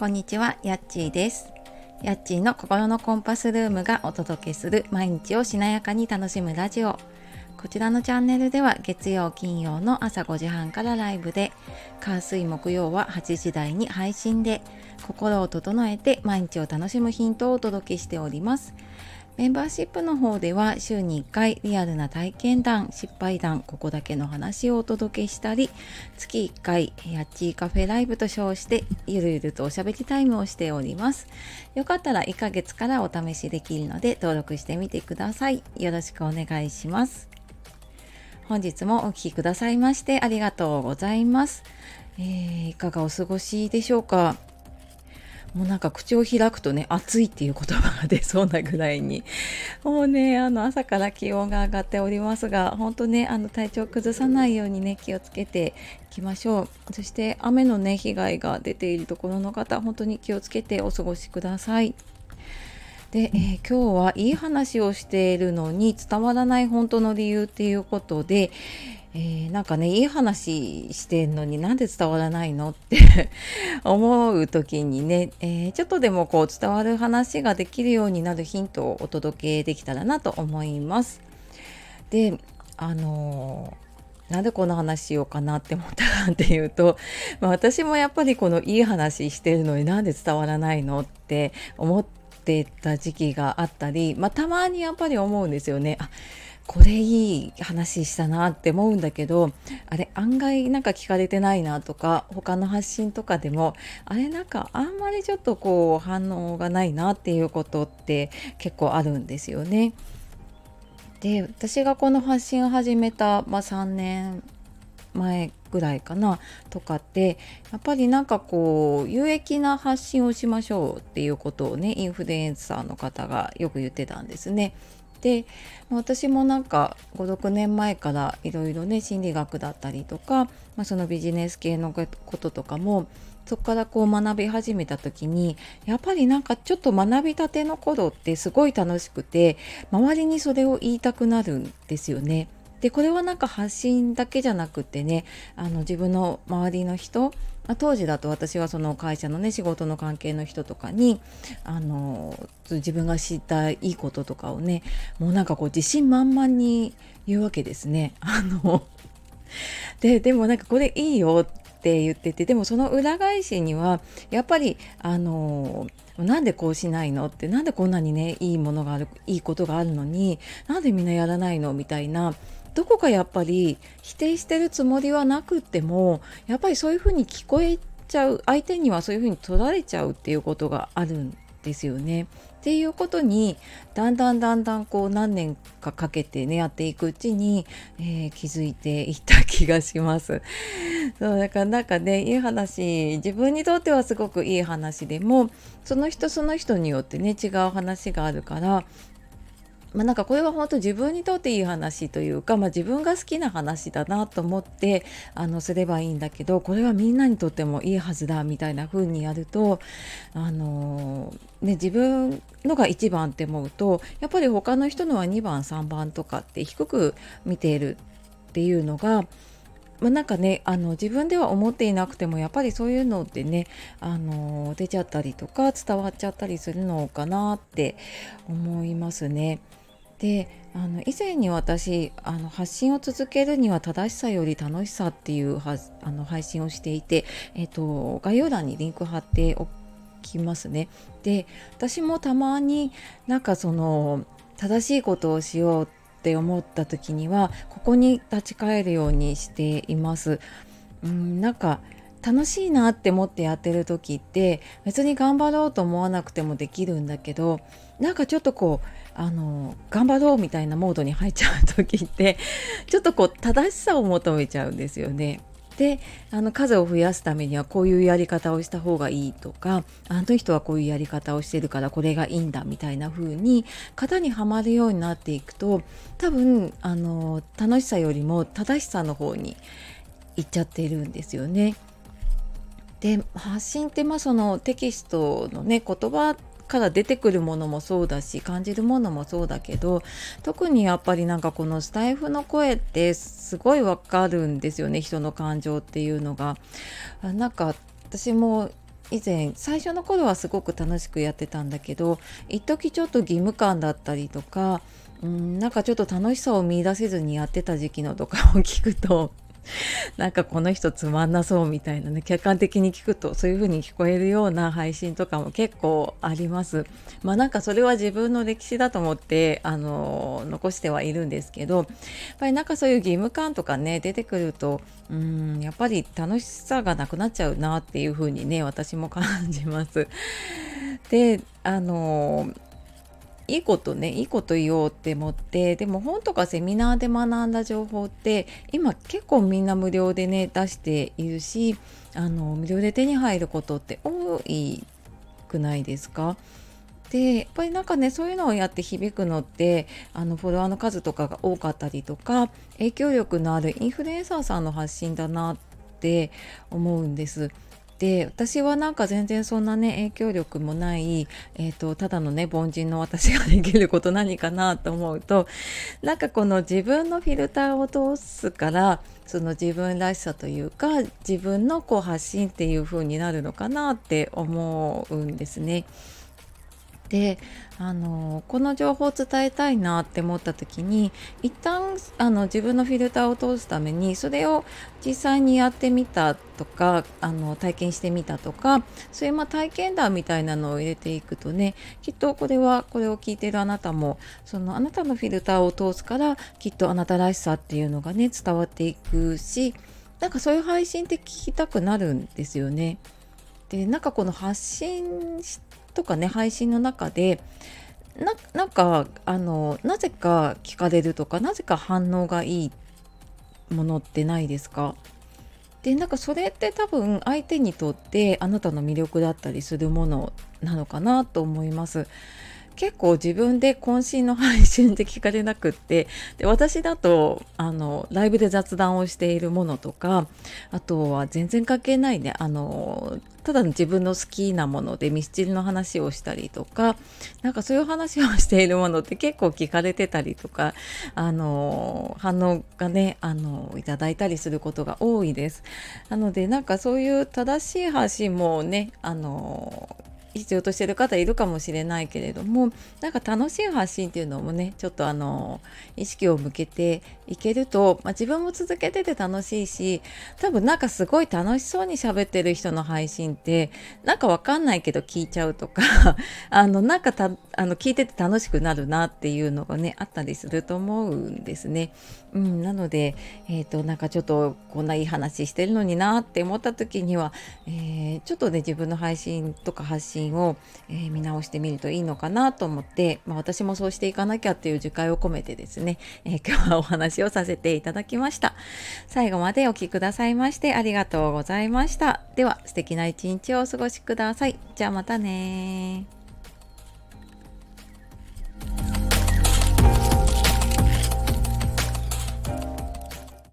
こんにちは、やっちーです。やっちーの心のコンパスルームがお届けする毎日をしなやかに楽しむラジオ。こちらのチャンネルでは月曜金曜の朝5時半からライブで、火水木曜は8時台に配信で、心を整えて毎日を楽しむヒントをお届けしております。メンバーシップの方では週に1回リアルな体験談、失敗談、ここだけの話をお届けしたり、月1回やっちーカフェライブと称してゆるゆるとおしゃべりタイムをしております。よかったら1ヶ月からお試しできるので登録してみてください。よろしくお願いします。本日もお聞きくださいましてありがとうございます。いかがお過ごしでしょうか。もうなんか口を開くとね、暑いっていう言葉が出そうなぐらいに、もうね、朝から気温が上がっておりますが、本当ね、体調崩さないようにね、気をつけていきましょう。そして雨のね、被害が出ているところの方、本当に気をつけてお過ごしください。で、今日はいい話をしているのに伝わらない本当の理由っていうことで、なんかね、いい話してんのになんで伝わらないのって思う時にね、ちょっとでもこう伝わる話ができるようになるヒントをお届けできたらなと思います。で、なんでこんな話しようかなって思ったかっていうと、私もやっぱりこのいい話してるのになんで伝わらないのって思ってた時期があったり、たまにやっぱり思うんですよね。これいい話したなって思うんだけど、あれ案外なんか聞かれてないなとか、他の発信とかでもあれなんかあんまりちょっとこう反応がないなっていうことって結構あるんですよね。で、私がこの発信を始めた、3年前ぐらいかなとかって、やっぱりなんかこう有益な発信をしましょうっていうことをね、インフルエンサーの方がよく言ってたんですね。で、私もなんか5、6年前からいろいろね、心理学だったりとか、そのビジネス系のこととかもそこからこう学び始めた時に、やっぱりなんかちょっと学びたての頃ってすごい楽しくて、周りにそれを言いたくなるんですよね。で、これはなんか発信だけじゃなくてね、自分の周りの人、当時だと私はその会社のね、仕事の関係の人とかに自分が知ったいいこととかをね、もうなんかこう自信満々に言うわけですね。でもなんかこれいいよって言ってて、でもその裏返しにはやっぱりなんでこうしないのって、なんでこんなにねいいものがある、いいことがあるのになんでみんなやらないのみたいな、どこかやっぱり否定してるつもりはなくっても、やっぱりそういうふうに聞こえちゃう、相手にはそういうふうに取られちゃうっていうことがあるんですよね。っていうことにだんだんこう何年かかけてねやっていくうちに、気づいていった気がします。そうだからなんかね、いい話、自分にとってはすごくいい話でも、その人その人によってね違う話があるから、なんかこれは本当自分にとっていい話というか、自分が好きな話だなと思ってすればいいんだけど、これはみんなにとってもいいはずだみたいな風にやると、自分のが1番って思うと、やっぱり他の人のは2番3番とかって低く見ているっていうのが、なんかね、自分では思っていなくてもやっぱりそういうのってね、出ちゃったりとか伝わっちゃったりするのかなって思いますね。で、以前に私発信を続けるには正しさより楽しさっていう配信をしていて、概要欄にリンク貼っておきますね。で、私もたまになんかその正しいことをしようって思った時にはここに立ち返るようにしています。なんか楽しいなって思ってやってる時って別に頑張ろうと思わなくてもできるんだけど、なんかちょっとこう頑張ろうみたいなモードに入っちゃう時ってちょっとこう正しさを求めちゃうんですよね。で、数を増やすためにはこういうやり方をした方がいいとか、あの人はこういうやり方をしてるからこれがいいんだみたいな風に型にはまるようになっていくと、多分楽しさよりも正しさの方に行っちゃっているんですよね。で、発信ってそのテキストのね言葉から出てくるものもそうだし、感じるものもそうだけど、特にやっぱりなんかこのスタイフの声ってすごいわかるんですよね、人の感情っていうのが。なんか私も以前最初の頃はすごく楽しくやってたんだけど、一時ちょっと義務感だったりとか、なんかちょっと楽しさを見出せずにやってた時期のとかを聞くと、なんかこの人つまんなそうみたいなね、客観的に聞くとそういう風に聞こえるような配信とかも結構あります。なんかそれは自分の歴史だと思って残してはいるんですけど、やっぱりなんかそういう義務感とかね出てくると、やっぱり楽しさがなくなっちゃうなっていう風にね私も感じます。でいいことね、いいこと言おうって思って、でも本とかセミナーで学んだ情報って今結構みんな無料でね出しているし、無料で手に入ることって多いくないですか？でやっぱりなんかねそういうのをやって響くのってフォロワーの数とかが多かったりとか影響力のあるインフルエンサーさんの発信だなって思うんです。で私はなんか全然そんなね影響力もない、ただのね凡人の私ができること何かなと思うと、なんかこの自分のフィルターを通すからその自分らしさというか自分のこう発信っていう風になるのかなって思うんですね。でこの情報を伝えたいなって思った時に一旦自分のフィルターを通すためにそれを実際にやってみたとか体験してみたとか、そういう体験談みたいなのを入れていくとね、きっとこれを聞いているあなたもそのあなたのフィルターを通すからきっとあなたらしさっていうのがね伝わっていくし、なんかそういう配信って聞きたくなるんですよね。でなんかこの発信とかね配信の中でなんかなぜか聞かれるとかなぜか反応がいいものってないですか？でなんかそれって多分相手にとってあなたの魅力だったりするものなのかなと思います。結構自分で渾身の配信で聞かれなくって、で私だとライブで雑談をしているものとか、あとは全然関係ないねただの自分の好きなものでミスチルの話をしたりとか、なんかそういう話をしているものって結構聞かれてたりとか反応がねいただいたりすることが多いです。なのでなんかそういう正しい発信もね必要としている方いるかもしれないけれども、なんか楽しい発信っていうのもねちょっと意識を向けていけると、自分も続けてて楽しいし、多分なんかすごい楽しそうに喋ってる人の配信ってなんかわかんないけど聞いちゃうとかなんか聞いてて楽しくなるなっていうのがねあったりすると思うんですね。なので、なんかちょっとこんないい話してるのになって思った時には、ちょっとね自分の配信とか発信を、見直してみるといいのかなと思って、私もそうしていかなきゃっていう自戒を込めてですね、今日はお話をさせていただきました。最後までお聞きくださいましてありがとうございました。では素敵な一日をお過ごしください。じゃあまたね。